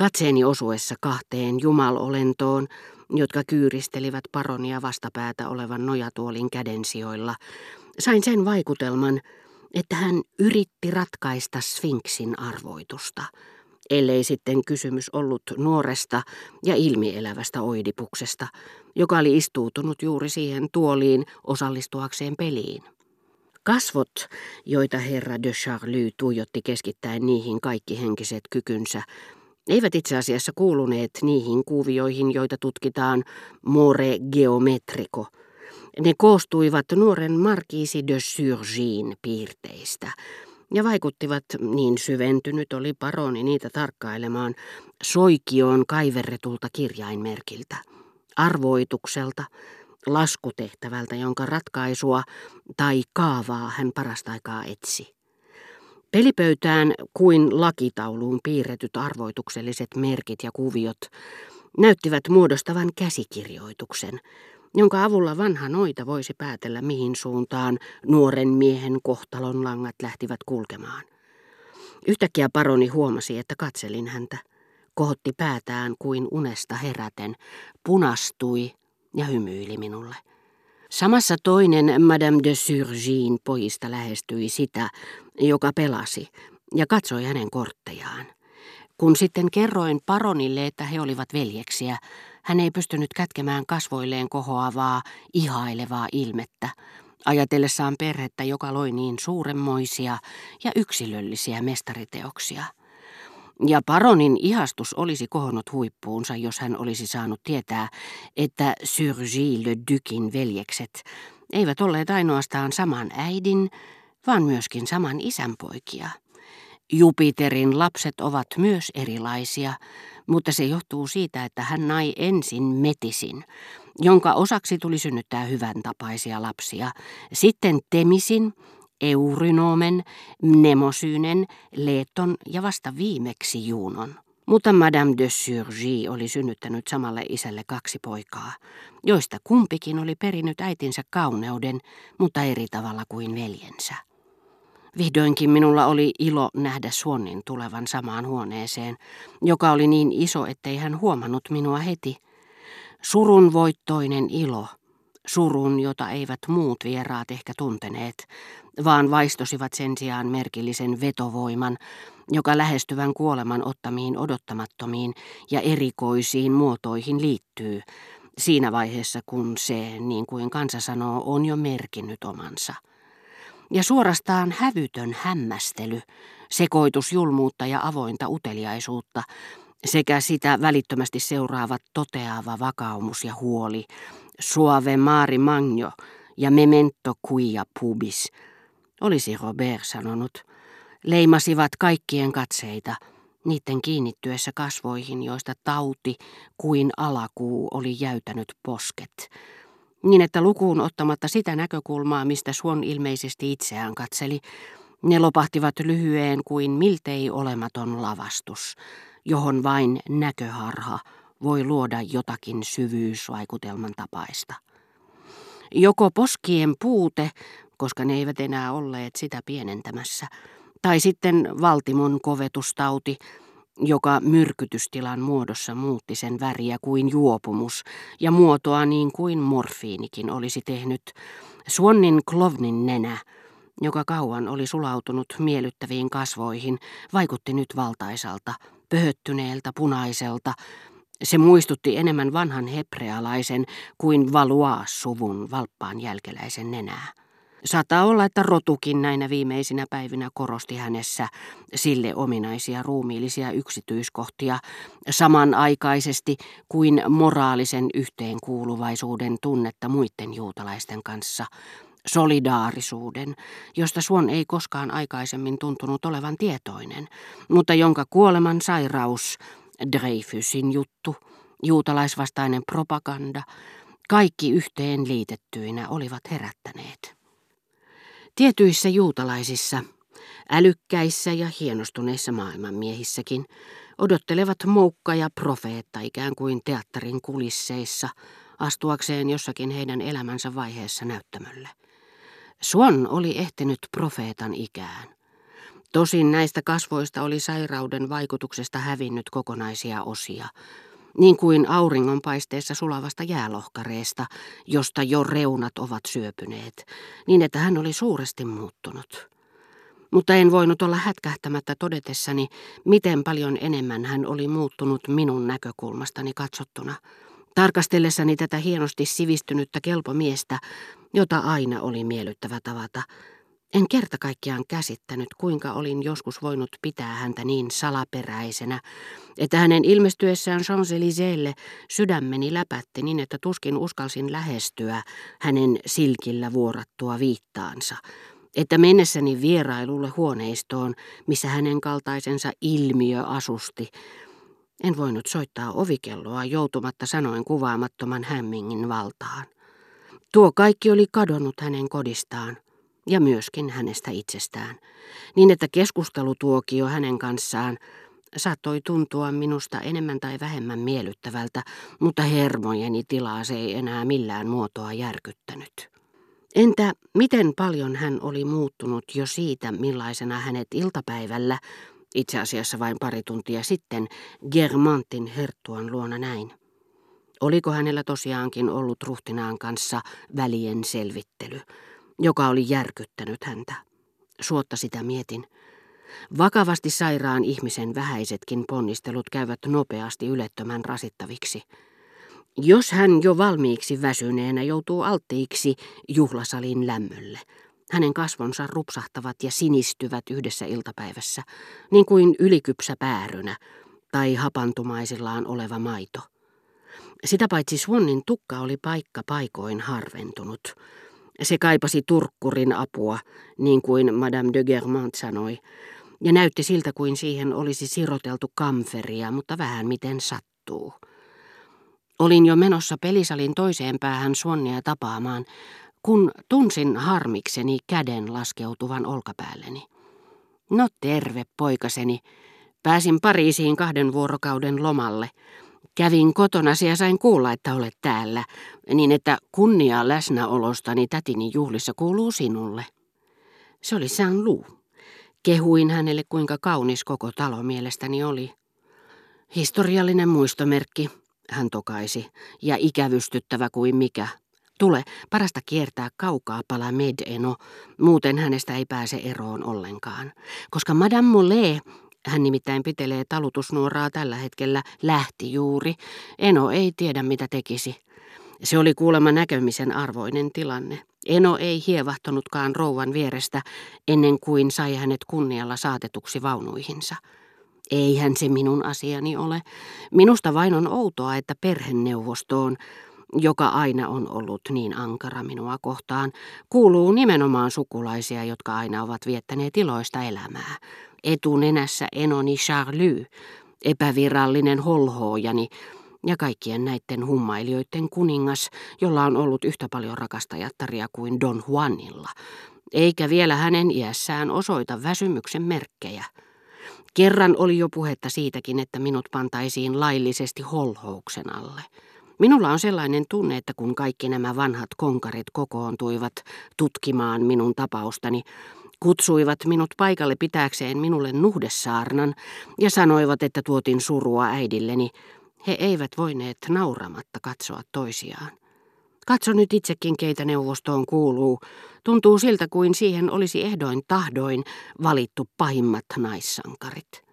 Katseeni osuessa kahteen jumalolentoon, jotka kyyristelivät paronia vastapäätä olevan nojatuolin kädensijoilla, sain sen vaikutelman, että hän yritti ratkaista Sfinksin arvoitusta, ellei sitten kysymys ollut nuoresta ja ilmielävästä oidipuksesta, joka oli istuutunut juuri siihen tuoliin osallistuakseen peliin. Kasvot, joita herra de Charlie tuijotti keskittäen niihin kaikki henkiset kykynsä, eivät itse asiassa kuuluneet niihin kuvioihin, joita tutkitaan more geometrico. Ne koostuivat nuoren markiisi de Surgin piirteistä ja vaikuttivat, niin syventynyt oli paroni niitä tarkkailemaan, soikioon kaiverretulta kirjainmerkiltä, arvoitukselta, laskutehtävältä, jonka ratkaisua tai kaavaa hän parasta aikaa etsi. Pelipöytään kuin lakitauluun piirretyt arvoitukselliset merkit ja kuviot näyttivät muodostavan käsikirjoituksen, jonka avulla vanha noita voisi päätellä, mihin suuntaan nuoren miehen kohtalon langat lähtivät kulkemaan. Yhtäkkiä paroni huomasi, että katselin häntä, kohotti päätään kuin unesta heräten, punastui ja hymyili minulle. Samassa toinen Madame de Surgin pojista lähestyi sitä, joka pelasi, ja katsoi hänen korttejaan. Kun sitten kerroin paronille, että he olivat veljeksiä, hän ei pystynyt kätkemään kasvoilleen kohoavaa, ihailevaa ilmettä, ajatellessaan perhettä, joka loi niin suuremmoisia ja yksilöllisiä mestariteoksia. Ja paronin ihastus olisi kohonnut huippuunsa, jos hän olisi saanut tietää, että Surgy le Ducin veljekset eivät olleet ainoastaan saman äidin, vaan myöskin saman isän poikia. Jupiterin lapset ovat myös erilaisia, mutta se johtuu siitä, että hän nai ensin Metisin, jonka osaksi tuli synnyttää hyvän tapaisia lapsia, sitten Temisin, Eurynomen, Mnemosynen, Leeton ja vasta viimeksi Juunon. Mutta Madame de Surgy oli synnyttänyt samalle isälle 2 poikaa, joista kumpikin oli perinyt äitinsä kauneuden, mutta eri tavalla kuin veljensä. Vihdoinkin minulla oli ilo nähdä Swannin tulevan samaan huoneeseen, joka oli niin iso, ettei hän huomannut minua heti. Surun voittoinen ilo, surun, jota eivät muut vieraat ehkä tunteneet, vaan vaistosivat sen sijaan merkillisen vetovoiman, joka lähestyvän kuoleman ottamiin odottamattomiin ja erikoisiin muotoihin liittyy, siinä vaiheessa kun se, niin kuin kansa sanoo, on jo merkinnyt omansa. Ja suorastaan hävytön hämmästely, sekoitus julmuutta ja avointa uteliaisuutta, sekä sitä välittömästi seuraavat toteava vakaumus ja huoli, suave mari magno ja memento quia pubis, olisi Robert sanonut, leimasivat kaikkien katseita, niiden kiinnittyessä kasvoihin, joista tauti kuin alakuu oli jäytänyt posket, niin että lukuun ottamatta sitä näkökulmaa, mistä Swan ilmeisesti itseään katseli, ne lopahtivat lyhyeen kuin miltei olematon lavastus, johon vain näköharha voi luoda jotakin syvyysvaikutelman tapaista. Joko poskien puute, koska ne eivät enää olleet sitä pienentämässä, tai sitten valtimon kovetustauti, joka myrkytystilan muodossa muutti sen väriä kuin juopumus ja muotoa niin kuin morfiinikin olisi tehnyt. Swannin klovnin nenä, joka kauan oli sulautunut miellyttäviin kasvoihin, vaikutti nyt valtaisalta, pöhöttyneeltä, punaiselta. Se muistutti enemmän vanhan hebrealaisen kuin Valois-suvun valppaan jälkeläisen nenää. Saattaa olla, että rotukin näinä viimeisinä päivinä korosti hänessä sille ominaisia ruumiillisia yksityiskohtia samanaikaisesti kuin moraalisen yhteenkuuluvaisuuden tunnetta muiden juutalaisten kanssa, solidaarisuuden, josta Swan ei koskaan aikaisemmin tuntunut olevan tietoinen, mutta jonka kuoleman sairaus, Dreyfusin juttu, juutalaisvastainen propaganda, kaikki yhteen liitettyinä olivat herättäneet. Tietyissä juutalaisissa, älykkäissä ja hienostuneissa maailmanmiehissäkin, odottelevat moukka ja profeetta ikään kuin teatterin kulisseissa, astuakseen jossakin heidän elämänsä vaiheessa näyttämölle. Swan oli ehtinyt profeetan ikään. Tosin näistä kasvoista oli sairauden vaikutuksesta hävinnyt kokonaisia osia, niin kuin auringonpaisteessa sulavasta jäälohkareesta, josta jo reunat ovat syöpyneet, niin että hän oli suuresti muuttunut. Mutta en voinut olla hätkähtämättä todetessani, miten paljon enemmän hän oli muuttunut minun näkökulmastani katsottuna, tarkastellessani tätä hienosti sivistynyttä kelpomiestä, jota aina oli miellyttävä tavata. En kerta kaikkiaan käsittänyt, kuinka olin joskus voinut pitää häntä niin salaperäisenä, että hänen ilmestyessään Champs-Élysées'lle sydämeni läpätti niin, että tuskin uskalsin lähestyä hänen silkillä vuorattua viittaansa, että mennessäni vierailulle huoneistoon, missä hänen kaltaisensa ilmiö asusti, en voinut soittaa ovikelloa joutumatta sanoen kuvaamattoman hämmingin valtaan. Tuo kaikki oli kadonnut hänen kodistaan ja myöskin hänestä itsestään, niin että keskustelutuokio hänen kanssaan saattoi tuntua minusta enemmän tai vähemmän miellyttävältä, mutta hermojeni tilaa se ei enää millään muotoa järkyttänyt. Entä miten paljon hän oli muuttunut jo siitä, millaisena hänet iltapäivällä, itse asiassa vain pari tuntia sitten, Guermantin herttuan luona näin? Oliko hänellä tosiaankin ollut ruhtinaan kanssa välien selvittely, joka oli järkyttänyt häntä? Suotta sitä mietin. Vakavasti sairaan ihmisen vähäisetkin ponnistelut käyvät nopeasti ylettömän rasittaviksi. Jos hän jo valmiiksi väsyneenä joutuu alttiiksi juhlasalin lämmölle, hänen kasvonsa rupsahtavat ja sinistyvät yhdessä iltapäivässä, niin kuin ylikypsä päärynä tai hapantumaisillaan oleva maito. Sitä paitsi Swannin tukka oli paikka paikoin harventunut. Se kaipasi turkkurin apua, niin kuin Madame de Guermantes sanoi, ja näytti siltä kuin siihen olisi siroteltu kamferia, mutta vähän miten sattuu. Olin jo menossa pelisalin toiseen päähän Swannia tapaamaan, kun tunsin harmikseni käden laskeutuvan olkapäälleni. No terve, poikaseni. Pääsin Pariisiin 2 vuorokauden lomalle. Kävin kotonasi ja sain kuulla, että olet täällä, niin että kunnia läsnäolostani tätini juhlissa kuuluu sinulle. Se oli Saint-Loup. Kehuin hänelle, kuinka kaunis koko talo mielestäni oli. Historiallinen muistomerkki, hän tokaisi, ja ikävystyttävä kuin mikä. Tule, parasta kiertää kaukaa pala Med-Eno, muuten hänestä ei pääse eroon ollenkaan. Koska Madame Mollet, hän nimittäin pitelee talutusnuoraa tällä hetkellä, lähti juuri. Eno ei tiedä mitä tekisi. Se oli kuulemma näkemisen arvoinen tilanne. Eno ei hievahtanutkaan rouvan vierestä ennen kuin sai hänet kunnialla saatetuksi vaunuihinsa. Eihän se minun asiani ole. Minusta vain on outoa, että perheneuvostoon, joka aina on ollut niin ankara minua kohtaan, kuuluu nimenomaan sukulaisia, jotka aina ovat viettäneet iloista elämää. Etunenässä enoni Charlie, epävirallinen holhoojani ja kaikkien näiden hummailijoiden kuningas, jolla on ollut yhtä paljon rakastajattaria kuin Don Juanilla, eikä vielä hänen iässään osoita väsymyksen merkkejä. Kerran oli jo puhetta siitäkin, että minut pantaisiin laillisesti holhouksen alle. Minulla on sellainen tunne, että kun kaikki nämä vanhat konkarit kokoontuivat tutkimaan minun tapaustani, kutsuivat minut paikalle pitääkseen minulle nuhdesaarnan ja sanoivat, että tuotin surua äidilleni, he eivät voineet nauramatta katsoa toisiaan. Katso nyt itsekin, keitä neuvostoon kuuluu. Tuntuu siltä, kuin siihen olisi ehdoin tahdoin valittu pahimmat naissankarit.